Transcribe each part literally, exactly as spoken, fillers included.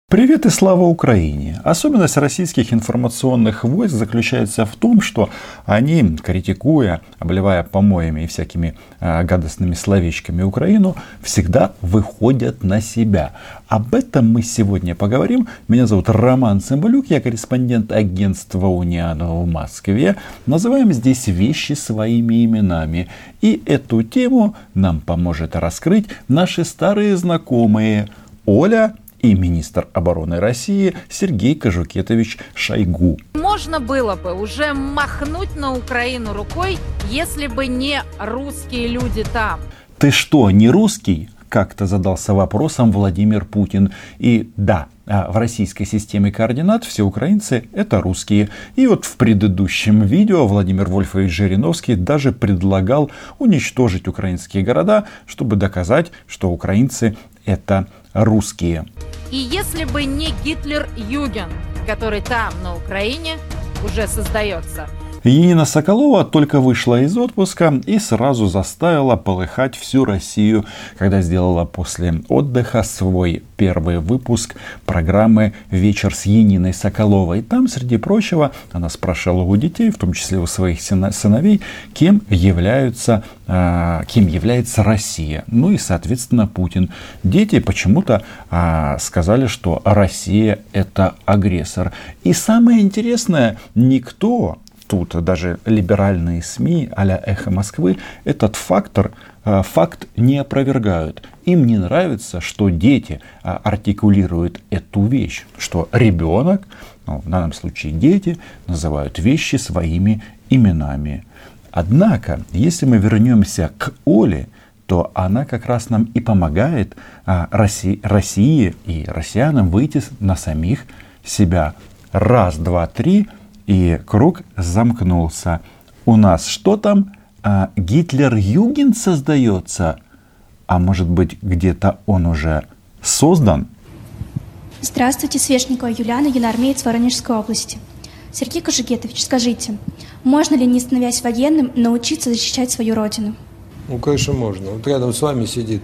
Привет и слава Украине! Особенность российских информационных войск заключается в том, что они, критикуя, обливая помоями и всякими э, гадостными словечками Украину, всегда выходят на себя. Об этом мы сегодня поговорим. Меня зовут Роман Цымбалюк, я корреспондент агентства Унианова в Москве. Называем здесь вещи своими именами. И эту тему нам поможет раскрыть наши старые знакомые Оля и министр обороны России Сергей Кожугетович Шойгу. Можно было бы уже махнуть на Украину рукой, если бы не русские люди там. Ты что, не русский? Как-то задался вопросом Владимир Путин. И да, в российской системе координат все украинцы это русские. И вот в предыдущем видео Владимир Вольфович Жириновский даже предлагал уничтожить украинские города, чтобы доказать, что украинцы это русские. И если бы не Гитлер-Юген, который там, на Украине, уже создается. Енина Соколова только вышла из отпуска и сразу заставила полыхать всю Россию, когда сделала после отдыха свой первый выпуск программы «Вечер с Ениной Соколовой». Там, среди прочего, она спрашивала у детей, в том числе у своих сыновей, кем являются, э, кем является Россия. Ну и, соответственно, Путин. Дети почему-то э, сказали, что Россия это агрессор. И самое интересное, никто... Тут даже либеральные СМИ а-ля «Эхо Москвы» этот фактор, факт не опровергают. Им не нравится, что дети артикулируют эту вещь, что ребенок, ну, в данном случае дети, называют вещи своими именами. Однако, если мы вернемся к Оле, то она как раз нам и помогает России, России и россиянам выйти на самих себя. Раз, два, три. И круг замкнулся. У нас что там? А, Гитлер-Юген создается? А может быть, где-то он уже создан? Здравствуйте, Свешникова Юлиана, юноармеец Воронежской области. Сергей Кожугетович, скажите, можно ли, не становясь военным, научиться защищать свою родину? Ну, конечно, можно. Вот рядом с вами сидит,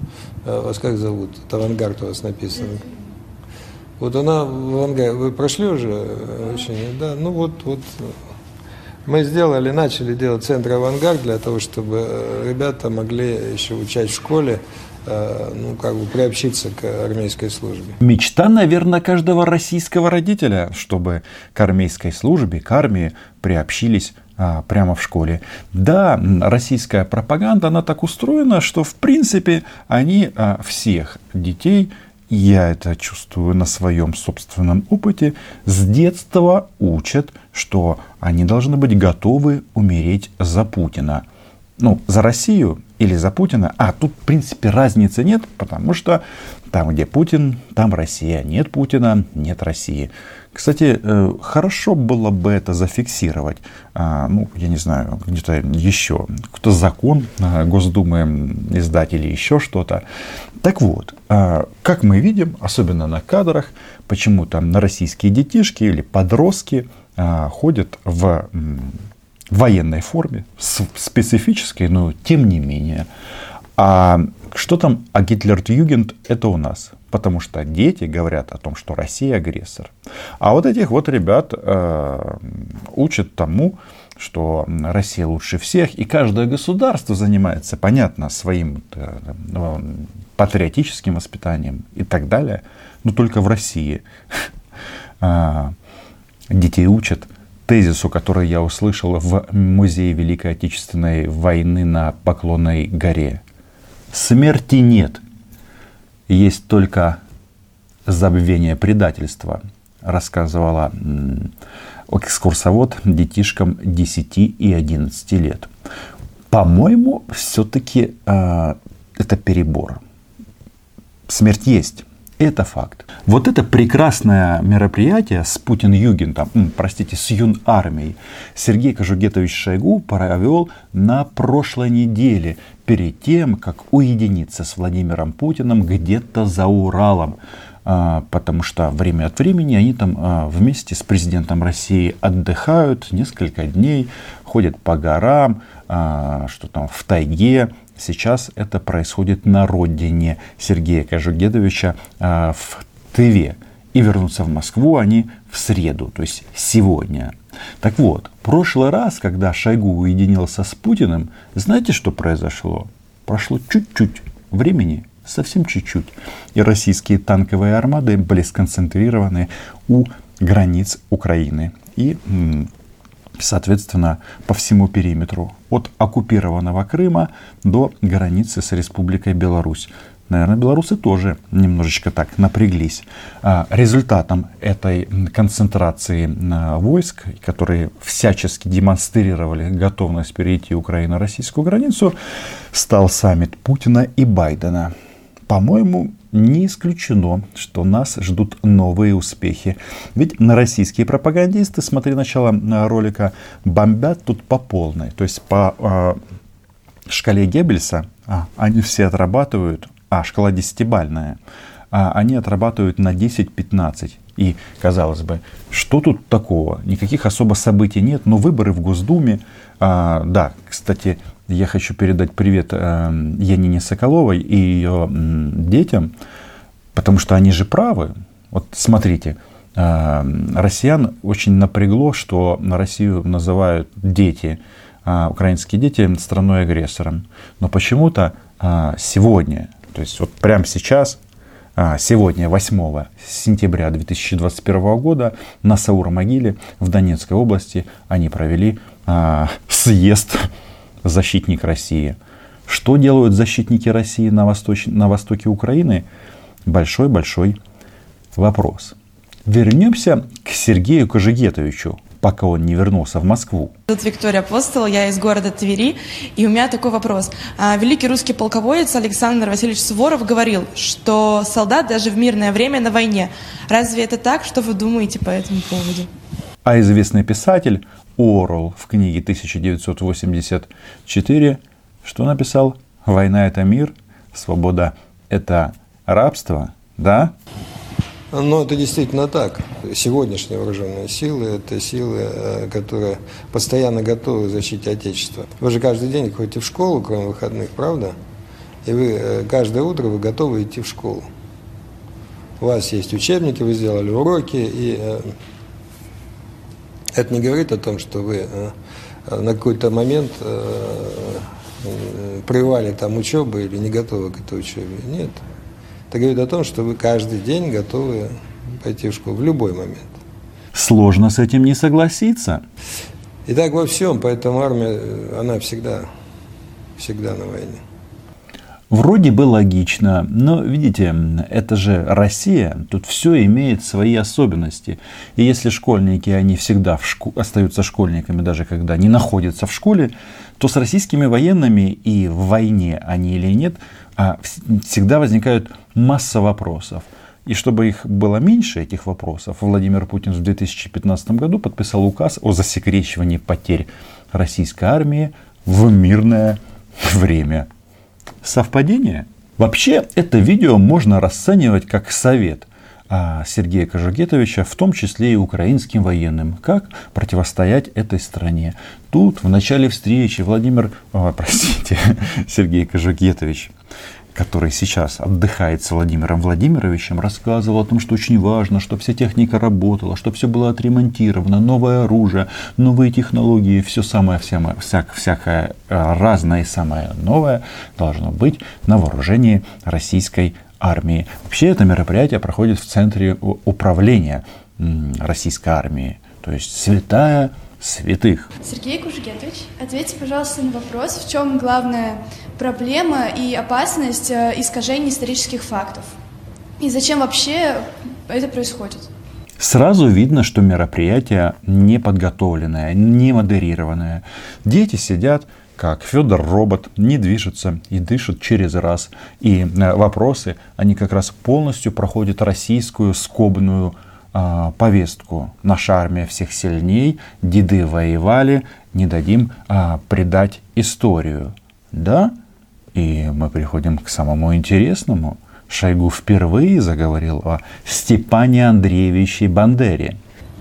вас как зовут? Это «Авангард» у вас написано. Вот она в авангарде, вы прошли уже очень, да, ну вот, вот мы сделали, начали делать центр «Авангард» для того, чтобы ребята могли еще учать в школе, ну, как бы приобщиться к армейской службе. Мечта, наверное, каждого российского родителя, чтобы к армейской службе, к армии приобщились а, прямо в школе. Да, российская пропаганда, она так устроена, что в принципе они а, всех детей, я это чувствую на своем собственном опыте, с детства учат, что они должны быть готовы умереть за Путина. Ну, за Россию или за Путина. А тут, в принципе, разницы нет, потому что там, где Путин, там Россия. Нет Путина, нет России. Кстати, хорошо было бы это зафиксировать. Ну, я не знаю, где-то еще. Кто закон Госдумы издать или еще что-то. Так вот, как мы видим, особенно на кадрах, почему-то российские детишки или подростки ходят в военной форме, специфической, но тем не менее. А что там, а Гитлер-Югенд это у нас? Потому что дети говорят о том, что Россия агрессор. А вот этих вот ребят э, учат тому, что Россия лучше всех. И каждое государство занимается, понятно, своим э, э, патриотическим воспитанием и так далее. Но только в России э, детей учат тезису, который я услышал в музее Великой Отечественной войны на Поклонной горе. Смерти нет, есть только забвение предательства, рассказывала экскурсовод детишкам десяти и одиннадцати лет. По-моему, все-таки э, это перебор. Смерть есть. Это факт. Вот это прекрасное мероприятие с Путин-Югентом, простите, с юнармией, Сергей Кожугетович Шойгу провел на прошлой неделе, перед тем, как уединиться с Владимиром Путиным где-то за Уралом. Потому что время от времени они там вместе с президентом России отдыхают несколько дней, ходят по горам, что там в тайге. Сейчас это происходит на родине Сергея Кожугетовича в Тыве. И вернутся в Москву они в среду, то есть сегодня. Так вот, в прошлый раз, когда Шойгу уединился с Путиным, знаете, что произошло? Прошло чуть-чуть времени, совсем чуть-чуть. И российские танковые армады были сконцентрированы у границ Украины. И, соответственно, по всему периметру. От оккупированного Крыма до границы с Республикой Беларусь. Наверное, белорусы тоже немножечко так напряглись. Результатом этой концентрации войск, которые всячески демонстрировали готовность перейти украино-российскую границу, стал саммит Путина и Байдена. По-моему, не исключено, что нас ждут новые успехи. Ведь на российские пропагандисты, смотри начало ролика, бомбят тут по полной. То есть по э, шкале Геббельса а, они все отрабатывают. А, шкала десятибалльная. А они отрабатывают на десять-пятнадцать. И, казалось бы, что тут такого? Никаких особо событий нет, но выборы в Госдуме. А, да, кстати, я хочу передать привет а, Янине Соколовой и ее м, детям, потому что они же правы. Вот смотрите, а, россиян очень напрягло, что Россию называют дети, а, украинские дети, страной-агрессором. Но почему-то а, сегодня, то есть вот прямо сейчас, сегодня, восьмого сентября две тысячи двадцать первого года, на Саур-могиле в Донецкой области они провели а, съезд «Защитник России». Что делают защитники России на, восточ... на востоке Украины? Большой-большой вопрос. Вернемся к Сергею Кожегетовичу, пока он не вернулся в Москву. Тут Виктория Апостол, я из города Твери, и у меня такой вопрос. Великий русский полководец Александр Васильевич Суворов говорил, что солдат даже в мирное время на войне. Разве это так? Что вы думаете по этому поводу? А известный писатель Оруэлл в книге тысяча девятьсот восемьдесят четыре, что написал? Война — это мир, свобода — это рабство, да? Но это действительно так. Сегодняшние вооруженные силы – это силы, которые постоянно готовы защитить Отечество. Вы же каждый день ходите в школу, кроме выходных, правда? И вы каждое утро вы готовы идти в школу. У вас есть учебники, вы сделали уроки, и это не говорит о том, что вы на какой-то момент прервали там учебу или не готовы к этой учебе. Нет. Это говорит о том, что вы каждый день готовы пойти в школу в любой момент. Сложно с этим не согласиться. И так во всем, поэтому армия, она всегда, всегда на войне. Вроде бы логично, но, видите, это же Россия, тут все имеет свои особенности. И если школьники, они всегда в шко... остаются школьниками, даже когда не находятся в школе, то с российскими военными и в войне они или нет, всегда возникают масса вопросов. И чтобы их было меньше, этих вопросов, Владимир Путин в две тысячи пятнадцатом году подписал указ о засекречивании потерь российской армии в мирное время. Совпадение? Вообще, это видео можно расценивать как совет Сергея Кожегетовича, в том числе и украинским военным, как противостоять этой стране. Тут в начале встречи Владимир, о, простите, Сергей Кожегетович, который сейчас отдыхает с Владимиром Владимировичем, рассказывал о том, что очень важно, чтобы вся техника работала, чтобы все было отремонтировано, новое оружие, новые технологии, все самое, всякое, всякое разное и самое новое должно быть на вооружении российской армии. Вообще это мероприятие проходит в центре управления российской армии, то есть святая святых. Сергей Кожегетович, ответьте, пожалуйста, на вопрос, в чем главная проблема и опасность искажений исторических фактов? И зачем вообще это происходит? Сразу видно, что мероприятие не подготовленное, не модерированное. Дети сидят, как Федор робот, не движутся и дышат через раз. И вопросы, они как раз полностью проходят российскую скобную э, повестку. Наша армия всех сильней, деды воевали, не дадим э, предать историю. Да? И мы приходим к самому интересному. Шойгу впервые заговорил о Степане Андреевиче Бандере.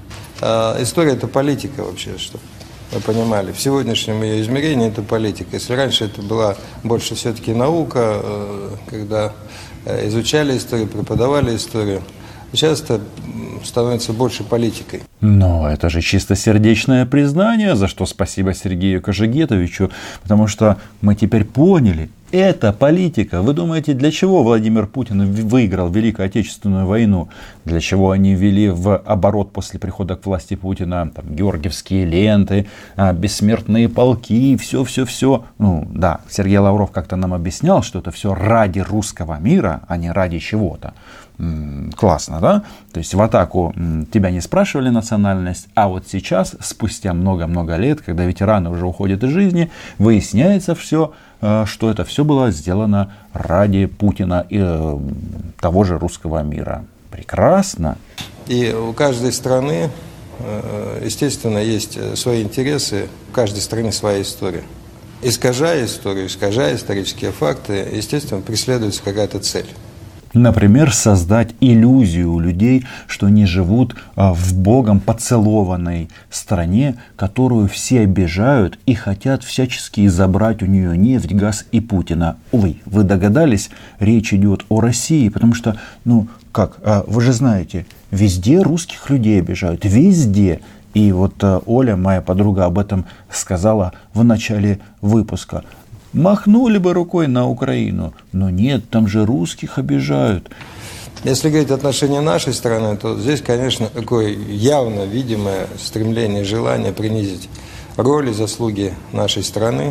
А, история – это политика вообще, чтобы вы понимали. В сегодняшнем ее измерении это политика. Если раньше это была больше все-таки наука, когда изучали историю, преподавали историю, часто становится больше политикой. Но это же чистосердечное признание, за что спасибо Сергею Кожегетовичу, потому что мы теперь поняли, это политика. Вы думаете, для чего Владимир Путин выиграл Великую Отечественную войну? Для чего они ввели в оборот после прихода к власти Путина там, георгиевские ленты, бессмертные полки, все-все-все. Ну да, Сергей Лавров как-то нам объяснял, что это все ради русского мира, а не ради чего-то. Классно, да? То есть в атаку тебя не спрашивали национальность, а вот сейчас, спустя много-много лет, когда ветераны уже уходят из жизни, выясняется все, что это все было сделано ради Путина и того же русского мира. Прекрасно. И у каждой страны, естественно, есть свои интересы, в каждой стране своя история. Искажая историю, искажая исторические факты, естественно, преследуется какая-то цель. Например, создать иллюзию у людей, что они живут в богом поцелованной стране, которую все обижают и хотят всячески забрать у нее нефть, газ и Путина. Ой, вы догадались, речь идет о России, потому что, ну как, вы же знаете, везде русских людей обижают, везде. И вот Оля, моя подруга, об этом сказала в начале выпуска. Махнули бы рукой на Украину, но нет, там же русских обижают. Если говорить о отношении нашей страны, то здесь, конечно, такое явно видимое стремление, желание принизить роль и заслуги нашей страны,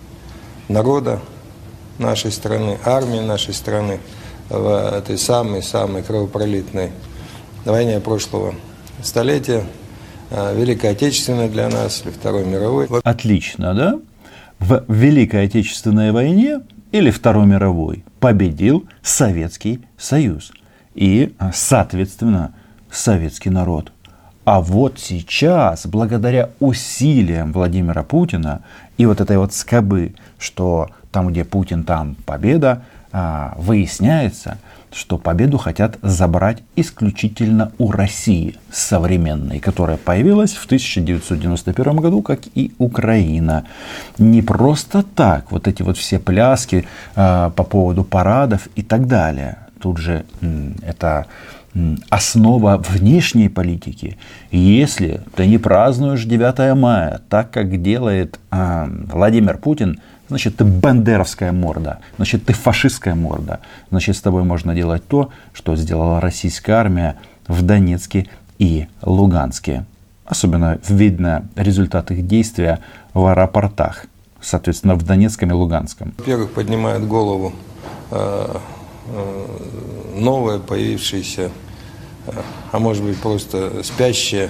народа нашей страны, армии нашей страны в этой самой-самой кровопролитной войне прошлого столетия, Великой Отечественной для нас, или Второй мировой. Отлично, да? В Великой Отечественной войне или Второй мировой победил Советский Союз и, соответственно, советский народ. А вот сейчас, благодаря усилиям Владимира Путина и вот этой вот скобы, что там, где Путин, там победа, выясняется, что победу хотят забрать исключительно у России современной, которая появилась в тысяча девятьсот девяносто первом году, как и Украина. Не просто так вот эти вот все пляски э, по поводу парадов и так далее. Тут же м, это м, основа внешней политики. Если ты не празднуешь девятое мая так, как делает э, Владимир Путин, значит, ты бандеровская морда, значит, ты фашистская морда, значит, с тобой можно делать то, что сделала российская армия в Донецке и Луганске. Особенно видно результат их действия в аэропортах, соответственно, в Донецком и Луганском. Во-первых, поднимает голову э, э, новые появившиеся, э, а может быть просто спящие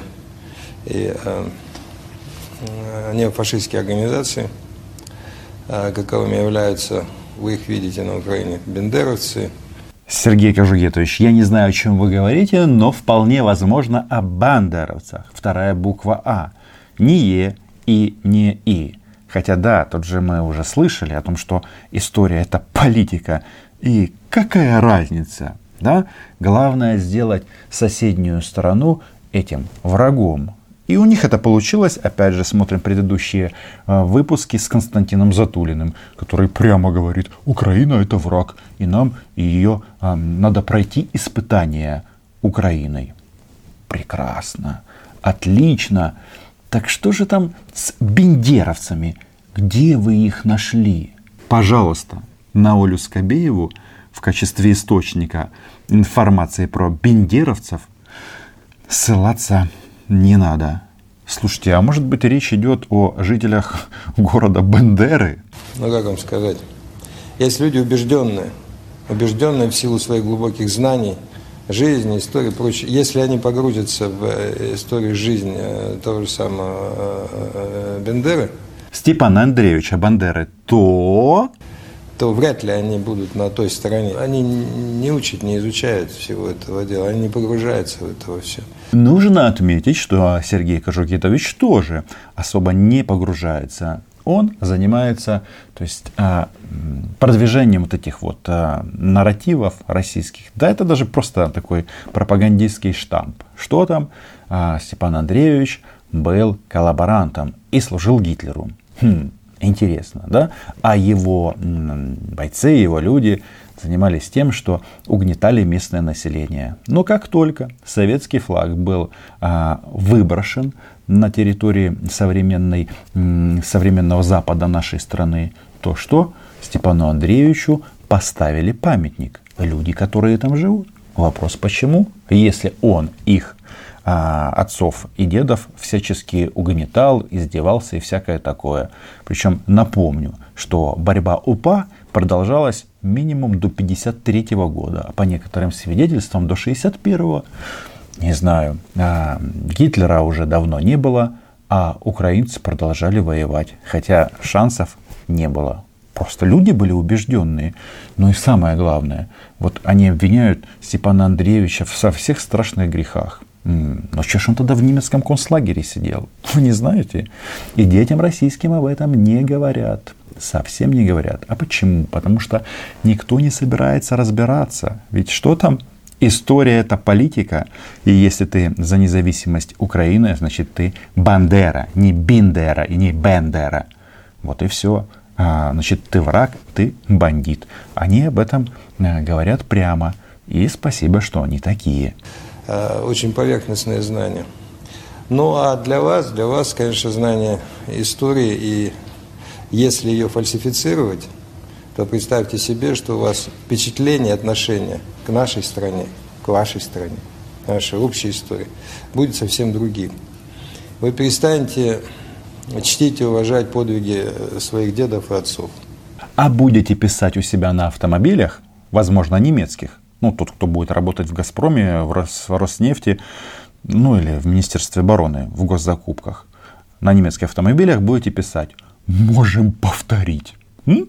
и э, э, неофашистские организации, каковыми являются, вы их видите на Украине, бендеровцы. Сергей Кожегетович, я не знаю, о чем вы говорите, но вполне возможно о бандеровцах. Вторая буква А. Не Е и не И. Хотя да, тут же мы уже слышали о том, что история — это политика. И какая разница? Да? Главное сделать соседнюю сторону этим врагом. И у них это получилось. Опять же, смотрим предыдущие э, выпуски с Константином Затулиным, который прямо говорит: Украина — это враг, и нам ее э, надо пройти испытание Украиной. Прекрасно, отлично. Так что же там с бендеровцами? Где вы их нашли? Пожалуйста, на Олю Скобееву в качестве источника информации про бендеровцев ссылаться не надо. Слушайте, а может быть речь идет о жителях города Бендеры? Ну как вам сказать? Есть люди убежденные, убежденные в силу своих глубоких знаний, жизни, истории и прочее. Если они погрузятся в историю жизни того же самого Бендеры, Степана Андреевича Бандеры, то... то вряд ли они будут на той стороне. Они не учат, не изучают всего этого дела, они не погружаются в это все. Нужно отметить, что Сергей Кожегетович тоже особо не погружается. Он занимается, то есть, продвижением вот этих вот нарративов российских. Да, это даже просто такой пропагандистский штамп. Что там? Степан Андреевич был коллаборантом и служил Гитлеру. Хм. Интересно, да? А его бойцы, его люди занимались тем, что угнетали местное население. Но как только советский флаг был а, выброшен на территории современной, м, современного запада нашей страны, то что? Степану Андреевичу поставили памятник. Люди, которые там живут. Вопрос почему? Если он их а, отцов и дедов всячески угнетал, издевался и всякое такое. Причем напомню, что борьба УПА продолжалась минимум до пятьдесят третьего года, а по некоторым свидетельствам до шестьдесят первого. Не знаю, а, Гитлера уже давно не было, а украинцы продолжали воевать, хотя шансов не было. Просто люди были убежденные. Ну и самое главное, вот они обвиняют Степана Андреевича во всех страшных грехах. Но что ж он тогда в немецком концлагере сидел? Вы не знаете? И детям российским об этом не говорят. Совсем не говорят. А почему? Потому что никто не собирается разбираться. Ведь что там? История — это политика. И если ты за независимость Украины, значит ты Бандера, не Биндера и не Бендера. Вот и все. А, значит, ты враг, ты бандит. Они об этом а, говорят прямо. И спасибо, что они такие. Очень поверхностные знания. Ну а для вас, для вас, конечно, знание истории, и если ее фальсифицировать, то представьте себе, что у вас впечатление, отношение к нашей стране, к вашей стране, к нашей общей истории будет совсем другим. Вы перестанете чтить и уважать подвиги своих дедов и отцов. А будете писать у себя на автомобилях, возможно, немецких, ну, тот, кто будет работать в «Газпроме», в, Рос, в «Роснефти», ну, или в Министерстве обороны, в госзакупках, на немецких автомобилях будете писать «Можем повторить». М?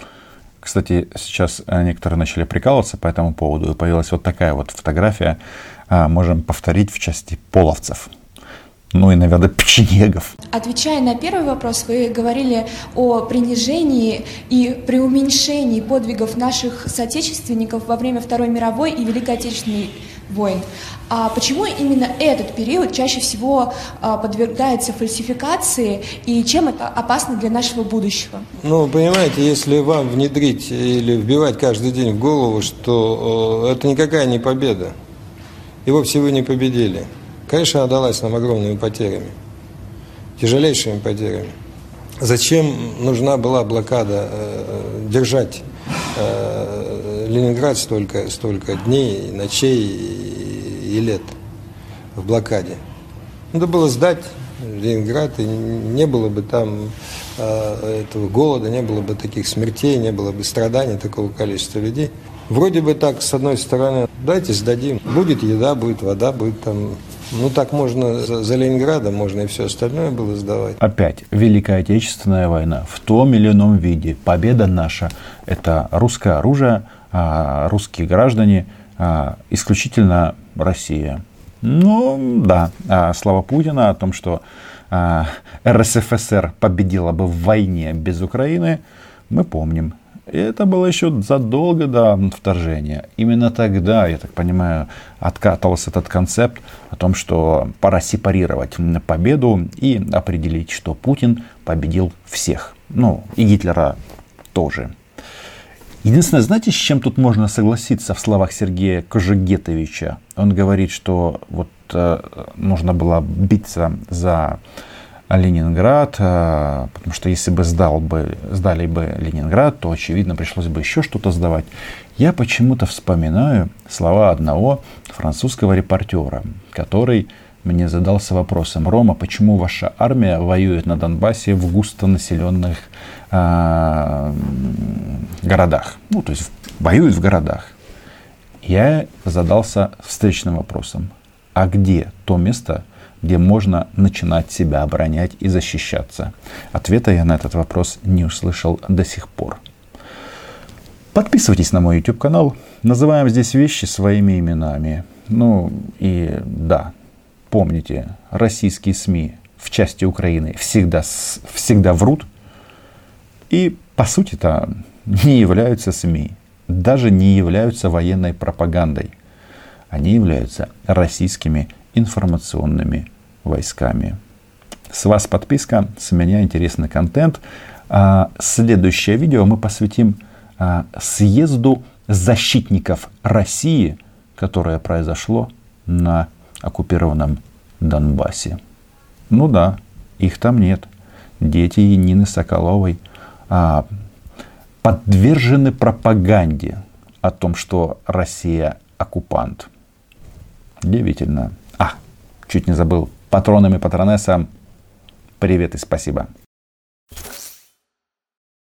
Кстати, сейчас некоторые начали прикалываться по этому поводу, и появилась вот такая вот фотография «Можем повторить» в части половцев. Ну и, наверное, печенегов. Отвечая на первый вопрос, вы говорили о принижении и преуменьшении подвигов наших соотечественников во время Второй мировой и Великой Отечественной войн. А почему именно этот период чаще всего подвергается фальсификации и чем это опасно для нашего будущего? Ну, понимаете, если вам внедрить или вбивать каждый день в голову, что это никакая не победа, и вовсе вы не победили. Конечно, она далась нам огромными потерями, тяжелейшими потерями. Зачем нужна была блокада, э, держать э, Ленинград столько, столько дней, ночей и, и лет в блокаде? Надо было сдать Ленинград, и не было бы там э, этого голода, не было бы таких смертей, не было бы страданий такого количества людей. Вроде бы так, с одной стороны, дайте сдадим. Будет еда, будет вода, будет там... Ну, так можно за, за Ленинградом, можно и все остальное было сдавать. Опять, Великая Отечественная война в том или ином виде. Победа наша – это русское оружие, русские граждане, исключительно Россия. Ну, да, слава Путина о том, что эр эс эф эс эр победила бы в войне без Украины, мы помним. И это было еще задолго до вторжения. Именно тогда, я так понимаю, откатывался этот концепт о том, что пора сепарировать победу и определить, что Путин победил всех. Ну, и Гитлера тоже. Единственное, знаете, с чем тут можно согласиться в словах Сергея Кожегетовича? Он говорит, что вот э, нужно было биться за Ленинград, потому что если бы, сдал бы сдали бы Ленинград, то, очевидно, пришлось бы еще что-то сдавать. Я почему-то вспоминаю слова одного французского репортера, который мне задался вопросом: Рома, почему ваша армия воюет на Донбассе в густонаселенных э, городах? Ну, то есть воюет в городах. Я задался встречным вопросом: а где то место, где можно начинать себя оборонять и защищаться? Ответа я на этот вопрос не услышал до сих пор. Подписывайтесь на мой YouTube канал. Называем здесь вещи своими именами. Ну и да, помните, российские СМИ в части Украины всегда, всегда врут. И по сути-то не являются СМИ. Даже не являются военной пропагандой. Они являются российскими информационными войсками. С вас подписка, с меня интересный контент. А следующее видео мы посвятим а, съезду защитников России, которое произошло на оккупированном Донбассе. Ну да, их там нет. Дети Нины Соколовой а, подвержены пропаганде о том, что Россия оккупант. Удивительно. А, чуть не забыл. Патронам и патронессам привет и спасибо.